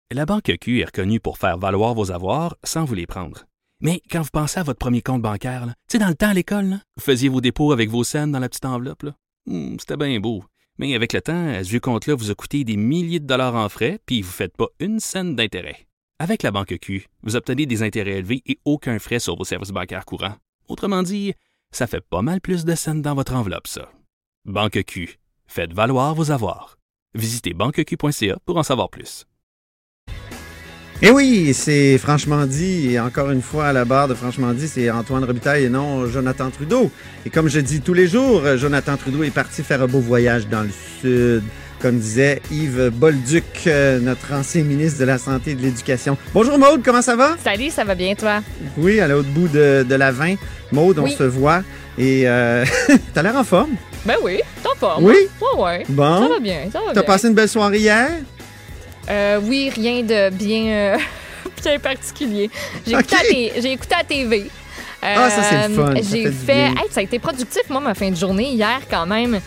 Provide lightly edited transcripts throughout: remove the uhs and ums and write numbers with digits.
La Banque Q est reconnue pour faire valoir vos avoirs sans vous les prendre. Mais quand vous pensez à votre premier compte bancaire, tu sais, dans le temps à l'école, là, vous faisiez vos dépôts avec vos scènes dans la petite enveloppe. Là. C'était bien beau. Mais avec le temps, ce vieux compte-là vous a coûté des milliers de dollars en frais, puis vous ne faites pas une scène d'intérêt. Avec la Banque Q, vous obtenez des intérêts élevés et aucun frais sur vos services bancaires courants. Autrement dit, ça fait pas mal plus de scènes dans votre enveloppe, ça. Banque Q. Faites valoir vos avoirs. Visitez banqueq.ca pour en savoir plus. Et oui, c'est Franchement dit, et encore une fois à la barre de Franchement dit, c'est Antoine Robitaille et non Jonathan Trudeau. Et comme je dis tous les jours, Jonathan Trudeau est parti faire un beau voyage dans le sud, comme disait Yves Bolduc, notre ancien ministre de la Santé et de l'Éducation. Bonjour Maude, comment ça va? Salut, ça va bien toi? Oui, à l'autre bout de la 20. Maude, on se voit et t'as l'air en forme? Ben oui, t'es en forme. Oui? Ouais. Bon. Ça va bien, ça va bien. T'as passé une belle soirée hier? Oui, rien de bien, bien particulier. J'ai écouté à la TV. Ça, c'est le fun. Ça a été productif, moi, ma fin de journée, hier, quand même.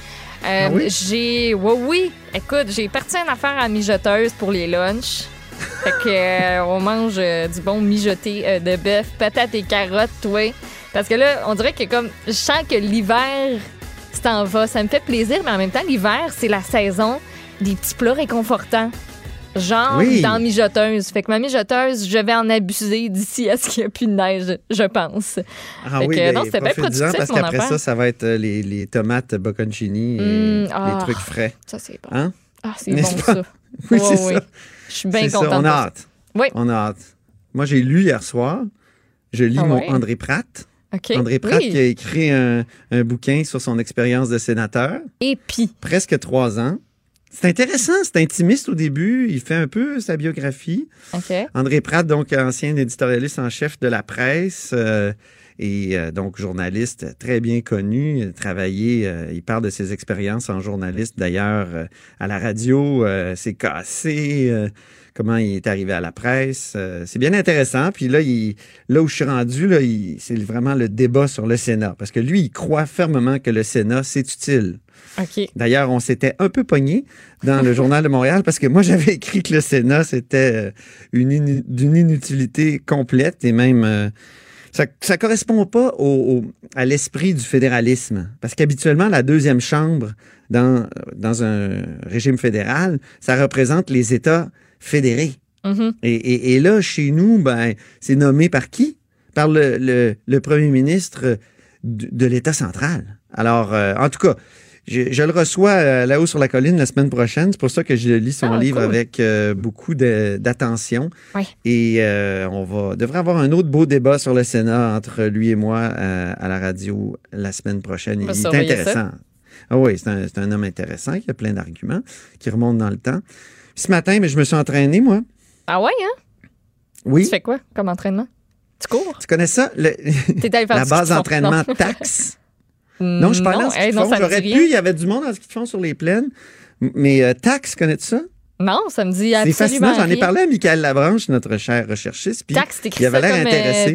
Oui? Oui. Écoute, j'ai parti une affaire à mijoteuse pour les lunchs. Fait que on mange du bon mijoté de bœuf, patates et carottes, toi. Parce que là, on dirait que comme je sens que l'hiver s'en va. Ça me fait plaisir, mais en même temps, l'hiver, c'est la saison des petits plats réconfortants. Genre dans mijoteuse. Fait que ma mijoteuse, je vais en abuser d'ici à ce qu'il n'y a plus de neige, je pense. Ah fait oui, que, non, c'était bien productif, parce qu'après ça va être les tomates bocconcini et les trucs frais. Ça, c'est bon. Hein? Ah, c'est bon, ça. Oui, c'est ça. Je suis bien contente. On a hâte. Oui. On a hâte. Moi, j'ai lu hier soir. Je lis mon André Pratt. Okay. André Pratt qui a écrit un bouquin sur son expérience de sénateur. Et puis? Presque 3 ans. C'est intéressant, c'est intimiste au début. Il fait un peu sa biographie. Okay. André Pratt, donc ancien éditorialiste en chef de la presse et donc journaliste très bien connu. Il parle de ses expériences en journaliste. D'ailleurs, à la radio, c'est cassé. Comment il est arrivé à la presse. C'est bien intéressant. Puis là où je suis rendu, c'est vraiment le débat sur le Sénat. Parce que lui, il croit fermement que le Sénat, c'est utile. Okay. D'ailleurs, on s'était un peu pogné dans le Journal de Montréal parce que moi, j'avais écrit que le Sénat, c'était d'une inutilité complète et même... ça correspond pas à l'esprit du fédéralisme. Parce qu'habituellement, la deuxième chambre dans un régime fédéral, ça représente les États fédérés. Mm-hmm. Et là, chez nous, c'est nommé par qui? Par le premier ministre de l'État central. Alors, en tout cas... Je le reçois là-haut sur la colline la semaine prochaine. C'est pour ça que je lis son livre avec beaucoup d'attention. Oui. Et on devrait avoir un autre beau débat sur le Sénat entre lui et moi à la radio la semaine prochaine. Il est intéressant. Ah oui, c'est un homme intéressant qui a plein d'arguments, qui remonte dans le temps. Puis ce matin, je me suis entraîné, moi. Ah ouais, hein? Oui. Tu fais quoi comme entraînement? Tu cours? Tu connais ça? La base d'entraînement TAX. Non, je parlais en ski de fond. J'aurais pu, il y avait du monde en ski de fond sur les plaines. Mais TAX, connais-tu ça? Non, ça me dit absolument c'est fascinant. rien. J'en ai parlé à Michael Labranche, notre cher recherchiste. Puis TAX, t'écris il avait ça l'air comme intéressé.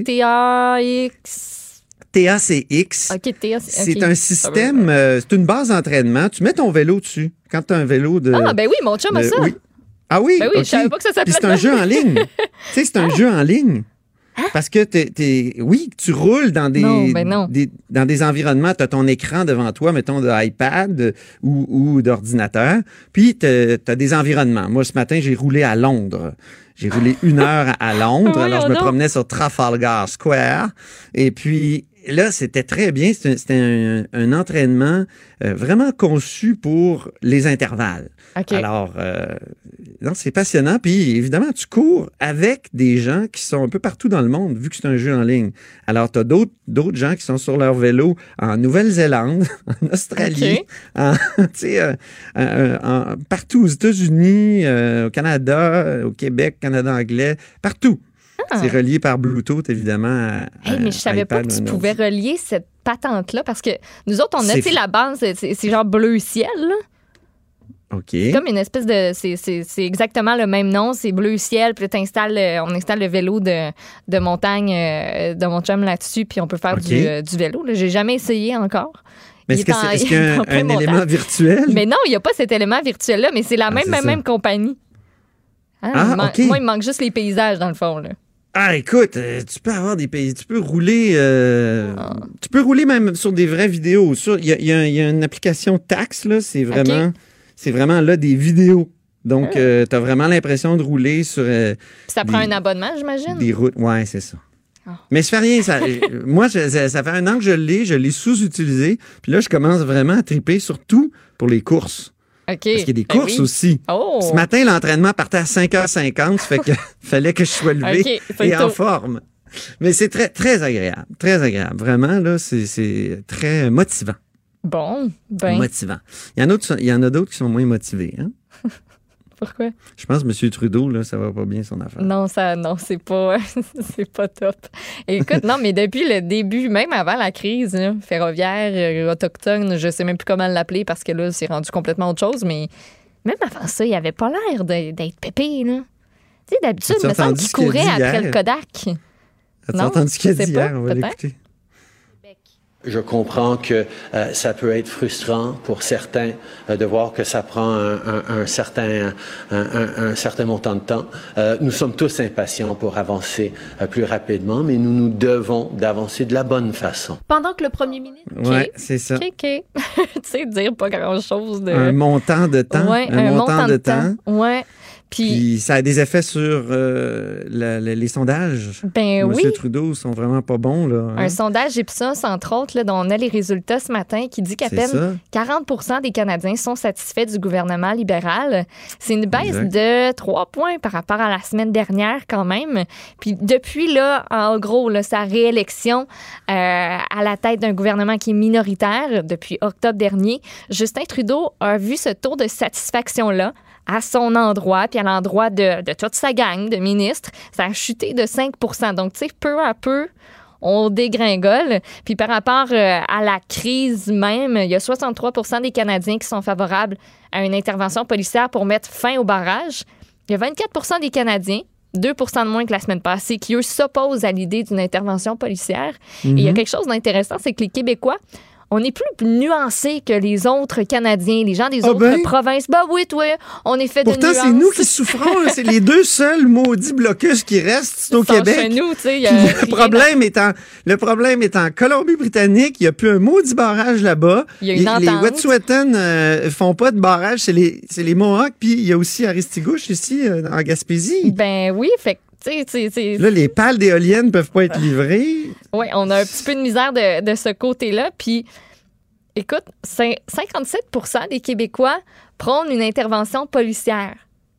TAX. TACX. OK, TACX. C'est un système, c'est une base d'entraînement. Tu mets ton vélo dessus. Quand tu as un vélo de... Ah, ben oui, mon chum a ça. Oui. Ah oui? Ben oui, okay. je savais pas que ça s'appelait. Puis c'est un jeu en ligne. Tu sais, c'est un jeu en ligne. Parce que tu roules dans dans des environnements, tu as ton écran devant toi, mettons de iPad ou d'ordinateur, puis tu as des environnements. Moi, ce matin, j'ai roulé à Londres. J'ai roulé 1 heure à Londres, alors je me promenais sur Trafalgar Square, et puis là, c'était très bien. C'était un entraînement vraiment conçu pour les intervalles. Okay. Alors, c'est passionnant. Puis, évidemment, tu cours avec des gens qui sont un peu partout dans le monde, vu que c'est un jeu en ligne. Alors, tu as d'autres gens qui sont sur leur vélo en Nouvelle-Zélande, en Australie, partout aux États-Unis, au Canada, au Québec, Canada anglais, partout. C'est relié par Bluetooth, évidemment. Mais je savais pas que tu pouvais relier cette patente-là parce que nous autres, on a, la base, c'est genre bleu ciel, là. OK. C'est comme une espèce de... C'est exactement le même nom, c'est bleu ciel, puis on installe le vélo de montagne de mon chum là-dessus, puis on peut faire du vélo. Là. J'ai jamais essayé encore. Mais est-ce qu'il y a un élément virtuel? Mais non, il n'y a pas cet élément virtuel-là, mais c'est la même compagnie. OK. Moi, il me manque juste les paysages, dans le fond. Là. Ah, écoute, tu peux avoir des pays, tu peux rouler même sur des vraies vidéos. Il y a une application Tax, là, c'est vraiment là des vidéos. Donc, tu as vraiment l'impression de rouler sur... ça prend un abonnement, j'imagine? Des routes, ouais, c'est ça. Mais ça fait rien. Moi, ça fait un an que je l'ai sous-utilisé. Puis là, je commence vraiment à triper, surtout pour les courses. OK. Parce qu'il y a des courses aussi. Oh. Ce matin, l'entraînement partait à 5h50, ça fait que fallait que je sois levé et en forme. Mais c'est très, très agréable. Très agréable. Vraiment, là, c'est très motivant. Bon, ben. Motivant. Il y en a d'autres qui sont moins motivés, hein? Pourquoi? Je pense que M. Trudeau, là, ça va pas bien son affaire. Non, c'est pas, c'est pas top. Écoute, non, mais depuis le début, même avant la crise là, ferroviaire, autochtone, je sais même plus comment l'appeler parce que là, c'est rendu complètement autre chose, mais même avant ça, il avait pas l'air d'être pépé, là. Tu sais, d'habitude, il me semble qu'il courait après le Kodak. As-tu entendu ce qu'il a dit hier? On va l'écouter. Je comprends que ça peut être frustrant pour certains de voir que ça prend un certain montant de temps. Nous sommes tous impatients pour avancer plus rapidement, mais nous devons d'avancer de la bonne façon. Pendant que le premier ministre... Oui, c'est ça. OK. Tu sais, dire pas grand-chose de... Un montant de temps. Ouais, un montant de temps. Ouais. Puis ça a des effets sur les sondages. Ben oui. M. Trudeau sont vraiment pas bons, là. Hein? Un sondage Ipsos, entre autres, là, dont on a les résultats ce matin, qui dit qu'à peine 40 des Canadiens sont satisfaits du gouvernement libéral. C'est une baisse de 3 points par rapport à la semaine dernière, quand même. Puis depuis, là, en gros, là, sa réélection à la tête d'un gouvernement qui est minoritaire depuis octobre dernier, Justin Trudeau a vu ce taux de satisfaction-là à son endroit, puis à l'endroit de toute sa gang de ministres, ça a chuté de 5 %. Donc, tu sais, peu à peu, on dégringole. Puis par rapport à la crise même, il y a 63 % des Canadiens qui sont favorables à une intervention policière pour mettre fin au barrage. Il y a 24 % des Canadiens, 2 % de moins que la semaine passée, qui, eux, s'opposent à l'idée d'une intervention policière. Et il y a quelque chose d'intéressant, c'est que les Québécois, on est plus nuancés que les autres Canadiens, les gens des autres provinces. Ben oui, toi, on est fait de nuances. Pourtant, c'est nous qui souffrons. C'est les deux seuls maudits blocus qui restent au Québec. Chez nous, tu sais. Le problème est en Colombie-Britannique. Il n'y a plus un maudit barrage là-bas. Il y a une entente. Les Wet'suwet'en font pas de barrage. C'est les Mohawks. Puis il y a aussi Aristigouche ici, en Gaspésie. Ben oui, fait que là, les pales d'éoliennes peuvent pas être livrées. Oui, on a un petit peu de misère de ce côté-là. Puis, écoute, 57 % des Québécois prônent une intervention policière.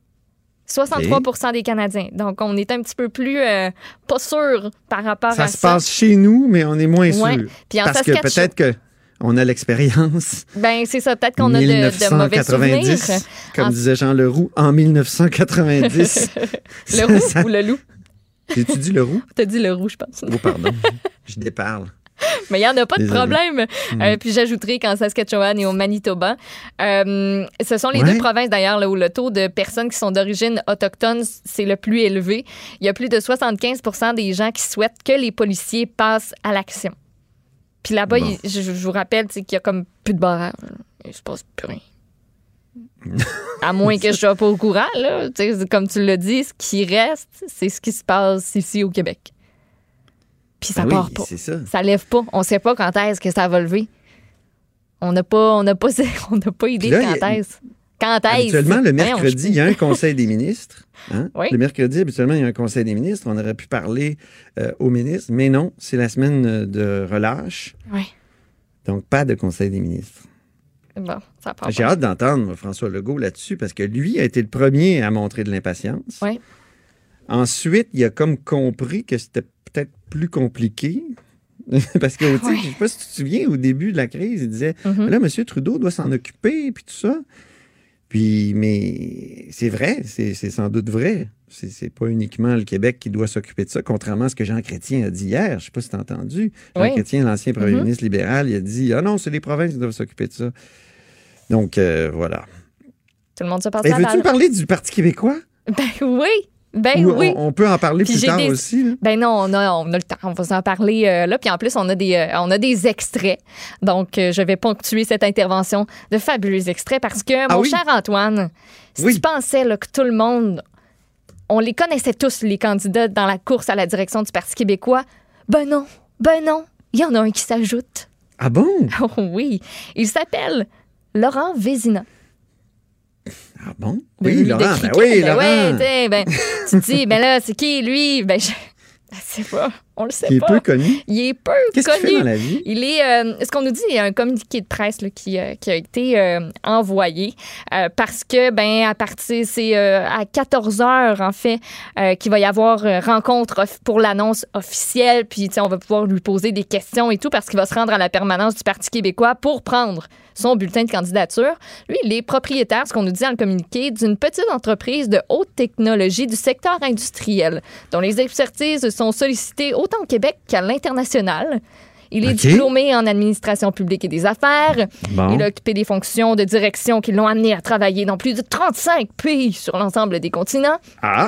63 % des Canadiens. Donc, on est un petit peu plus pas sûr par rapport à ça. Ça se passe chez nous, mais on est moins sûr. Puis parce que peut-être que on a l'expérience. Ben c'est ça. Peut-être qu'on a de mauvais souvenirs. Comme disait Jean Leroux, en 1990. Le roux ou le loup? J'ai-tu dit le roux? T'as dit le roux, je pense. Oh, pardon. Je déparle. Mais il n'y en a pas de problème. Puis j'ajouterai qu'en Saskatchewan et au Manitoba, ce sont les deux provinces d'ailleurs là, où le taux de personnes qui sont d'origine autochtone, c'est le plus élevé. Il y a plus de 75 % des gens qui souhaitent que les policiers passent à l'action. Puis là-bas, je vous rappelle qu'il y a comme plus de barrage. Il se passe plus rien. À moins que je sois pas au courant, là. Comme tu l'as dit, ce qui reste, c'est ce qui se passe ici au Québec. Puis ça part pas. Ça lève pas. On sait pas quand est-ce que ça va lever. On n'a pas idée de quand est-ce. Habituellement, le mercredi, il y a un conseil des ministres. Hein? Oui. Le mercredi, habituellement, il y a un conseil des ministres. On aurait pu parler aux ministres, mais non, c'est la semaine de relâche. Oui. Donc, pas de conseil des ministres. Bon, ça part. J'ai hâte d'entendre François Legault là-dessus parce que lui a été le premier à montrer de l'impatience. Oui. Ensuite, il a comme compris que c'était peut-être plus compliqué. Parce que, tu sais, je ne sais pas si tu te souviens, au début de la crise, il disait là, M. Trudeau doit s'en occuper, puis tout ça. Puis, mais c'est vrai, c'est sans doute vrai. C'est pas uniquement le Québec qui doit s'occuper de ça, contrairement à ce que Jean Chrétien a dit hier. Je ne sais pas si tu as entendu. Jean Chrétien, l'ancien premier ministre libéral, il a dit ah non, c'est les provinces qui doivent s'occuper de ça. Donc, voilà. Tout le monde se passe la balle. Veux-tu me parler du Parti québécois? Ben oui. Ben oui. On peut en parler plus tard aussi. Là. Ben non, on a le temps. On va s'en parler là. Puis en plus, on a des extraits. Donc, je vais ponctuer cette intervention de fabuleux extraits parce que, mon cher Antoine, si tu pensais là, que tout le monde on les connaissait tous, les candidats dans la course à la direction du Parti québécois. Ben non, il y en a un qui s'ajoute. Ah bon? Oh oui, il s'appelle Laurent Vézina. Ah bon? Oui, Laurent. de cricket. Oui, Laurent. Tu te dis, là, c'est qui, lui? Je sais pas. On le sait pas. Il est peu connu. Il est peu Qu'est-ce connu. qu'il fait dans la vie? Il est, ce qu'on nous dit, il y a un communiqué de presse là, qui a été envoyé parce que, à partir, c'est à 14 heures, en fait, qu'il va y avoir rencontre pour l'annonce officielle. Puis, on va pouvoir lui poser des questions et tout parce qu'il va se rendre à la permanence du Parti québécois pour prendre son bulletin de candidature. Lui, il est propriétaire, ce qu'on nous dit dans le communiqué, d'une petite entreprise de haute technologie du secteur industriel, dont les expertises sont sollicitées autant au Québec qu'à l'international. Il est diplômé en administration publique et des affaires. Bon. Il a occupé des fonctions de direction qui l'ont amené à travailler dans plus de 35 pays sur l'ensemble des continents. Ah!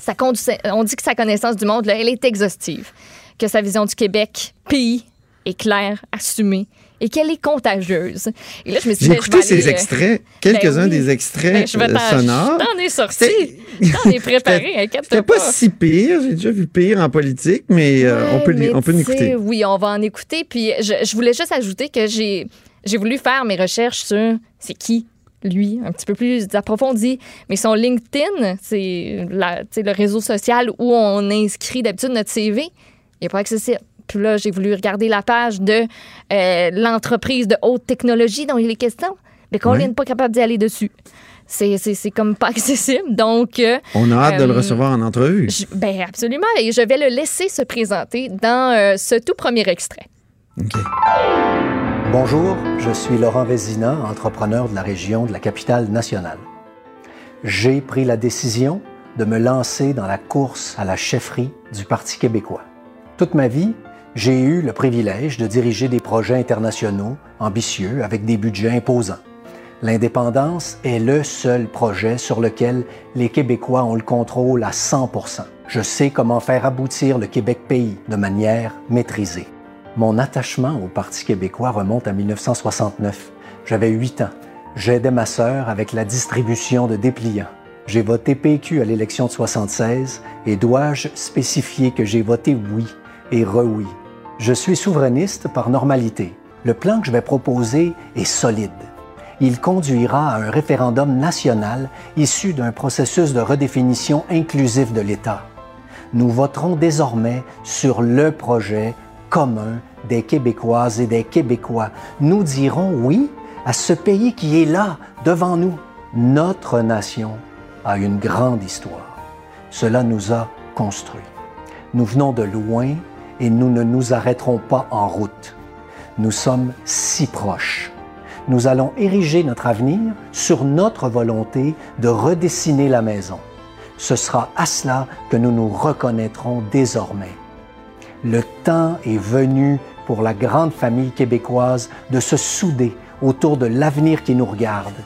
On dit que sa connaissance du monde, là, elle est exhaustive. Que sa vision du Québec, pays, est claire, assumée et qu'elle est contagieuse. Et là, je me suis dit, j'ai écouté ces extraits, quelques-uns des extraits sonores. T'en es sorti. T'en es préparé, inquiète-toi C'était pas. pas si pire. J'ai déjà vu pire en politique, mais on peut l'écouter. Oui, on va en écouter. Puis je voulais juste ajouter que j'ai voulu faire mes recherches sur c'est qui, lui, un petit peu plus approfondi. Mais son LinkedIn, c'est le réseau social où on inscrit d'habitude notre CV. Il n'est pas accessible. Puis là, j'ai voulu regarder la page de l'entreprise de haute technologie dont il est question. Mais qu'on n'est pas capable d'y aller dessus. C'est comme pas accessible. Donc, on a hâte de le recevoir en entrevue. Absolument. Et je vais le laisser se présenter dans ce tout premier extrait. OK. Bonjour, je suis Laurent Vézina, entrepreneur de la région de la capitale nationale. J'ai pris la décision de me lancer dans la course à la chefferie du Parti québécois. Toute ma vie, j'ai eu le privilège de diriger des projets internationaux ambitieux avec des budgets imposants. L'indépendance est le seul projet sur lequel les Québécois ont le contrôle à 100%. Je sais comment faire aboutir le Québec pays de manière maîtrisée. Mon attachement au Parti québécois remonte à 1969. J'avais 8 ans. J'aidais ma sœur avec la distribution de dépliants. J'ai voté PQ à l'élection de 1976 et dois-je spécifier que j'ai voté oui et re-oui. Je suis souverainiste par normalité. Le plan que je vais proposer est solide. Il conduira à un référendum national issu d'un processus de redéfinition inclusif de l'État. Nous voterons désormais sur le projet commun des Québécoises et des Québécois. Nous dirons oui à ce pays qui est là, devant nous. Notre nation a une grande histoire. Cela nous a construits. Nous venons de loin et nous ne nous arrêterons pas en route. Nous sommes si proches. Nous allons ériger notre avenir sur notre volonté de redessiner la maison. Ce sera à cela que nous nous reconnaîtrons désormais. Le temps est venu pour la grande famille québécoise de se souder autour de l'avenir qui nous regarde.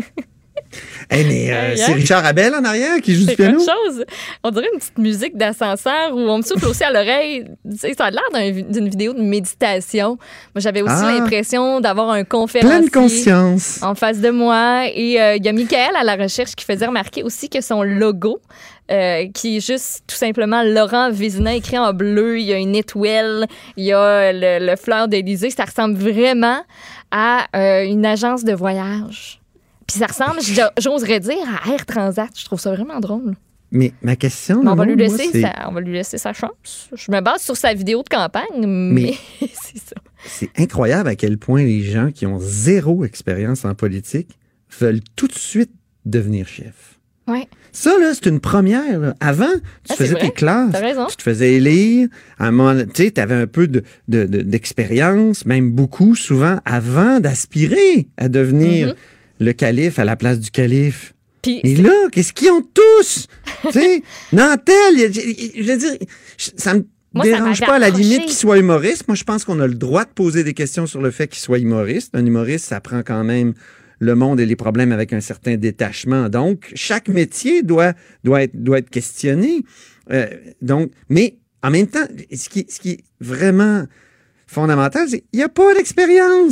C'est Richard Abel en arrière qui joue du piano. C'est quelque chose. On dirait une petite musique d'ascenseur où on me souffle aussi à l'oreille. Ça a l'air d'une vidéo de méditation. Moi, j'avais aussi l'impression d'avoir un conférencier pleine conscience en face de moi. Et il y a Michael à la recherche qui faisait remarquer aussi que son logo, qui est juste tout simplement Laurent Vézina écrit en bleu, il y a une étoile, il y a le fleur d'Élysée. Ça ressemble vraiment à une agence de voyage. Puis ça ressemble, j'oserais dire, à Air Transat. Je trouve ça vraiment drôle. Mais ma question, on va lui laisser sa chance. Je me base sur sa vidéo de campagne, mais c'est ça. C'est incroyable à quel point les gens qui ont zéro expérience en politique veulent tout de suite devenir chef. Oui. Ça, là, c'est une première. Là. Avant, tu faisais tes classes. T'as raison. Tu te faisais élire. À un moment, tu sais, t'avais un peu d'expérience, même beaucoup, souvent, avant d'aspirer à devenir le calife à la place du calife. Et là, qu'est-ce qu'ils ont tous? Tu sais, Nantel, je veux dire, ça me dérange pas à la limite qu'il soit humoriste. Moi, je pense qu'on a le droit de poser des questions sur le fait qu'il soit humoriste. Un humoriste, ça prend quand même le monde et les problèmes avec un certain détachement. Donc, chaque métier doit être questionné. Mais en même temps, ce qui est vraiment fondamental, c'est qu'il n'y a pas d'expérience.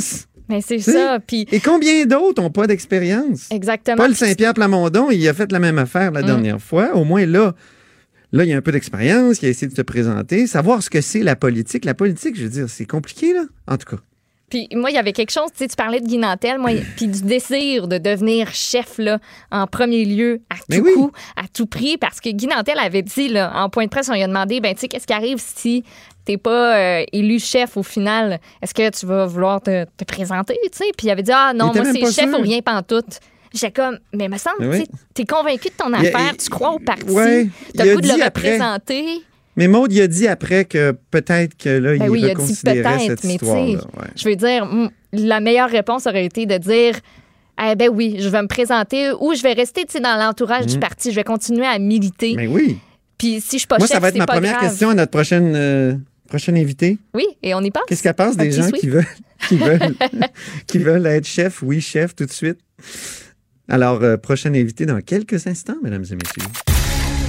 Mais c'est T'sais? ça. Puis, Et combien d'autres n'ont pas d'expérience? exactement. Paul Saint-Pierre Plamondon, il a fait la même affaire la dernière fois. Au moins, là, il y a un peu d'expérience, il a essayé de se présenter. Savoir ce que c'est la politique. La politique, je veux dire, c'est compliqué, là, en tout cas. Puis moi, il y avait quelque chose, tu sais, tu parlais de Guy Nantel, moi, puis du désir de devenir chef, là, en premier lieu, à tout coup, à tout prix, parce que Guy Nantel avait dit, là, en point de presse, on lui a demandé, ben, tu sais, qu'est-ce qui arrive si t'es pas élu chef au final? Est-ce que tu vas vouloir te présenter, tu sais? Puis il avait dit, ah non, moi, c'est chef ou rien pantoute. J'étais comme, mais me semble, tu sais, t'es convaincu de ton affaire, tu crois au parti, t'as le goût de le représenter. Mais Maud, il a dit après que peut-être que là, il oui, reconsidérait cette histoire-là. Je veux dire, la meilleure réponse aurait été de dire, ben oui, je vais me présenter ou je vais rester dans l'entourage du parti, je vais continuer à militer. Mais oui. Puis si je suis pas Moi, chef, ça va être ma première question à notre prochaine invitée. Oui, et on y passe. Qu'est-ce qu'elle pense des gens qui veulent être chef? Oui, chef, tout de suite. Alors, prochaine invitée dans quelques instants, mesdames et messieurs.